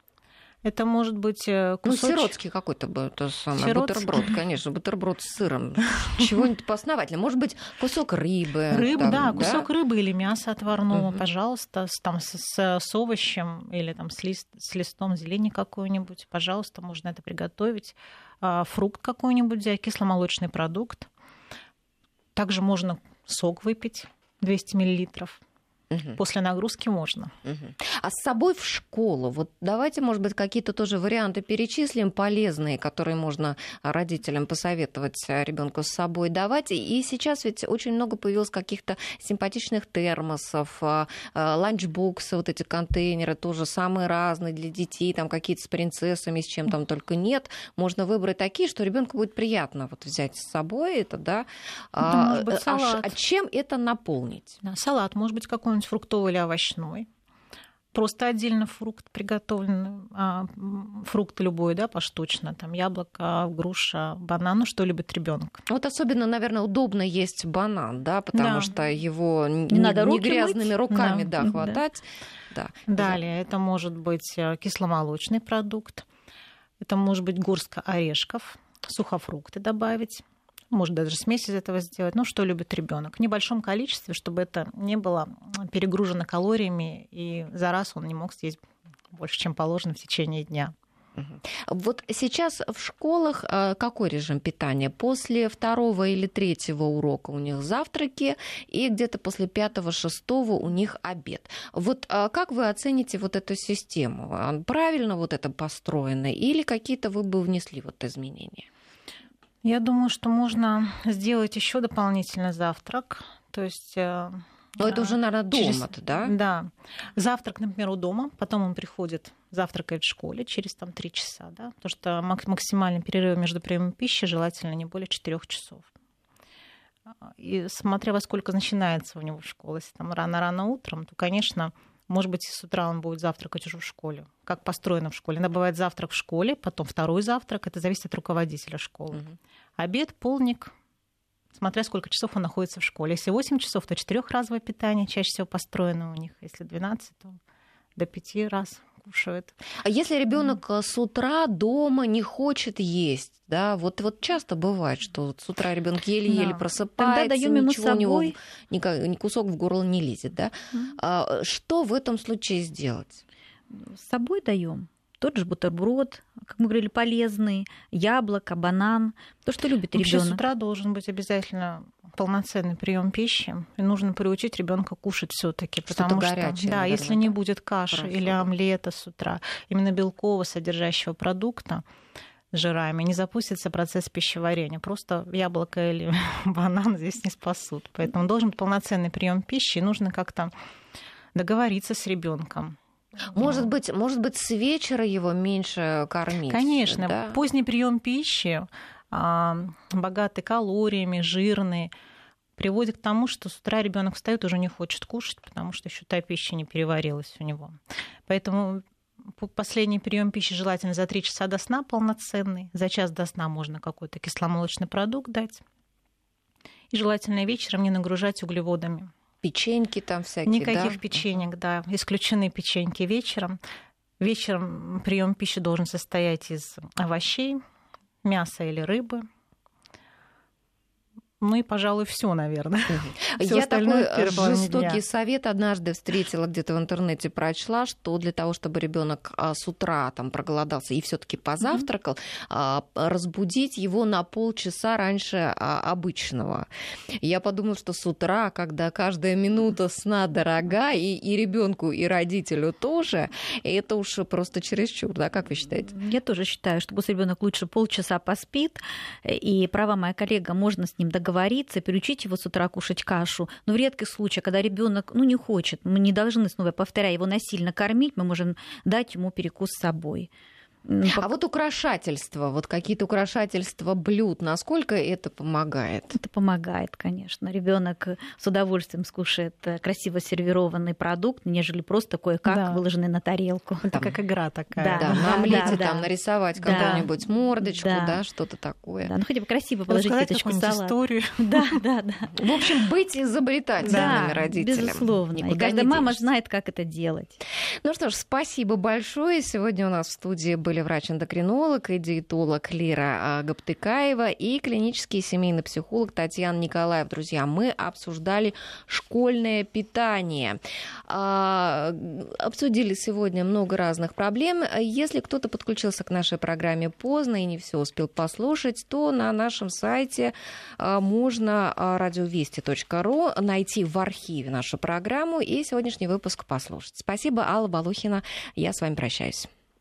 Speaker 2: Это может быть кусочек...
Speaker 1: Ну, сиротский какой-то бы, то самое,
Speaker 2: Сиротский.
Speaker 1: бутерброд, конечно, бутерброд с сыром. Чего-нибудь поосновательного. Может быть, кусок рыбы.
Speaker 2: Рыба,
Speaker 1: там,
Speaker 2: да,
Speaker 1: да,
Speaker 2: кусок рыбы или мяса отварного,
Speaker 1: Мгм.
Speaker 2: пожалуйста, с, там, с, с овощем или там, с, лист, с листом зелени какой-нибудь, пожалуйста, можно это приготовить. А, фрукт какой-нибудь взять, кисломолочный продукт. Также можно сок выпить, двести миллилитров.
Speaker 1: Мгм.
Speaker 2: После нагрузки можно.
Speaker 1: Мгм. А с собой в школу, вот давайте, может быть, какие-то тоже варианты перечислим, полезные, которые можно родителям посоветовать ребенку с собой давать. И сейчас ведь очень много появилось каких-то симпатичных термосов, а, а, ланчбоксы, вот эти контейнеры тоже самые разные для детей, там какие-то с принцессами, с чем там только нет. Можно выбрать такие, что ребенку будет приятно вот взять с собой это, да.
Speaker 2: Это
Speaker 1: А,
Speaker 2: может быть
Speaker 1: а ш-
Speaker 2: салат.
Speaker 1: а чем это наполнить?
Speaker 2: Да, салат может быть какой-нибудь фруктовый или овощной. Просто отдельно фрукт приготовленный, а, фрукт любой, да, поштучно, там яблоко, груша, банан, ну, что любит ребенок.
Speaker 1: Вот особенно, наверное, удобно есть банан, да, потому
Speaker 2: Да.
Speaker 1: что его не,
Speaker 3: Не надо
Speaker 1: не
Speaker 3: руки
Speaker 1: грязными
Speaker 3: мыть.
Speaker 1: руками,
Speaker 2: Да.
Speaker 1: да,
Speaker 3: Да.
Speaker 1: хватать. Да.
Speaker 2: Далее это может быть кисломолочный продукт. Это может быть горстка орешков, сухофрукты добавить. Может даже смесь из этого сделать. Ну, что любит ребенок. В небольшом количестве, чтобы это не было перегружено калориями, и за раз он не мог съесть больше, чем положено в течение дня.
Speaker 1: Вот сейчас в школах какой режим питания? После второго или третьего урока у них завтраки, и где-то после пятого-шестого у них обед. Вот как вы оцените вот эту систему? Правильно вот это построено, или какие-то вы бы внесли вот изменения?
Speaker 2: Я думаю, что можно сделать еще дополнительный завтрак. То есть...
Speaker 1: Но это уже, наверное, дома,
Speaker 2: через...
Speaker 1: да?
Speaker 2: Да. Завтрак, например, у дома, потом он приходит, завтракает в школе через там, три часа, да? Потому что максимальный перерыв между приемом пищи желательно не более четырех часов. И смотря во сколько начинается у него школа, если там рано-рано утром, то, конечно, может быть, и с утра он будет завтракать уже в школе. Как построено в школе. Иногда бывает завтрак в школе, потом второй завтрак. Это зависит от руководителя школы. Угу. Обед, полдник, смотря сколько часов он находится в школе. Если восемь часов, то четырехразовое питание чаще всего построено у них. Если двенадцать, то до пяти раз кушают.
Speaker 1: А если ребенок mm. с утра дома не хочет есть, да, вот, вот часто бывает, что с утра ребенок еле-еле да. просыпается,
Speaker 3: тогда даём ему
Speaker 1: ничего
Speaker 3: собой.
Speaker 1: у него ни, ни кусок в горло не лезет, да? Mm. А, что в этом случае сделать?
Speaker 3: С собой даем. Тот же бутерброд, как мы говорили, полезный, яблоко, банан, то, что любит ребенок.
Speaker 2: Вообще с утра должен быть обязательно полноценный прием пищи, и нужно приучить ребенка кушать все-таки, потому что,
Speaker 1: горячее,
Speaker 2: да,
Speaker 1: наверное,
Speaker 2: если не будет каши Хорошо. Или омлета с утра, именно белково содержащего продукта с жирами, не запустится процесс пищеварения. Просто яблоко или банан здесь не спасут. Поэтому должен быть полноценный прием пищи, и нужно как-то договориться с ребенком.
Speaker 1: Может быть, может быть, с вечера его меньше кормить?
Speaker 2: Конечно.
Speaker 1: Да?
Speaker 2: Поздний прием пищи, богатый калориями, жирный, приводит к тому, что с утра ребенок встает, уже не хочет кушать, потому что еще та пища не переварилась у него. Поэтому последний прием пищи желательно за три часа до сна полноценный. За час до сна можно какой-то кисломолочный продукт дать. И желательно вечером не нагружать углеводами.
Speaker 1: Печеньки там всякие,
Speaker 2: Никаких
Speaker 1: да?
Speaker 2: печенек, да. Исключены печеньки вечером. Вечером прием пищи должен состоять из овощей, мяса или рыбы. Ну и, пожалуй, все, наверное.
Speaker 1: Я такой жестокий совет однажды встретила где-то в интернете, прочла, что для того, чтобы ребенок с утра там проголодался и все-таки позавтракал, mm-hmm. разбудить его на полчаса раньше обычного. Я подумала, что с утра, когда каждая минута сна дорога, и, и ребенку, и родителю тоже, это уж просто чересчур, да, как вы считаете?
Speaker 3: Я тоже считаю, что пусть ребенок лучше полчаса поспит, и права моя коллега, можно с ним договориться, говорится, переучить его с утра кушать кашу. Но в редких случаях, когда ребенок ну, не хочет, мы не должны, снова повторяю, его насильно кормить, мы можем дать ему перекус с собой.
Speaker 1: А вот украшательства, вот какие-то украшательства блюд, насколько это помогает?
Speaker 3: Это помогает, конечно. Ребенок с удовольствием скушает красиво сервированный продукт, нежели просто кое-как да. выложенный на тарелку.
Speaker 2: Это
Speaker 1: там,
Speaker 2: как игра такая.
Speaker 1: Да, да, на омлете да, там да. нарисовать да. какую-нибудь мордочку,
Speaker 3: да.
Speaker 1: да, что-то такое.
Speaker 3: Да, ну хотя бы красиво положить веточку салата.
Speaker 2: Историю.
Speaker 3: Да, да, да.
Speaker 1: В общем, быть изобретательными
Speaker 3: да,
Speaker 1: родителями.
Speaker 3: Безусловно. И каждая мама знает, как это делать.
Speaker 1: Ну что ж, спасибо большое. Сегодня у нас в студии были врач-эндокринолог и диетолог Лера Гаптыкаева и клинический семейный психолог Татьяна Николаева. Друзья, мы обсуждали школьное питание. Обсудили сегодня много разных проблем. Если кто-то подключился к нашей программе поздно и не все успел послушать, то на нашем сайте можно радиовести точка ру найти в архиве нашу программу и сегодняшний выпуск послушать. Спасибо, Алла Балухина. Я с вами прощаюсь.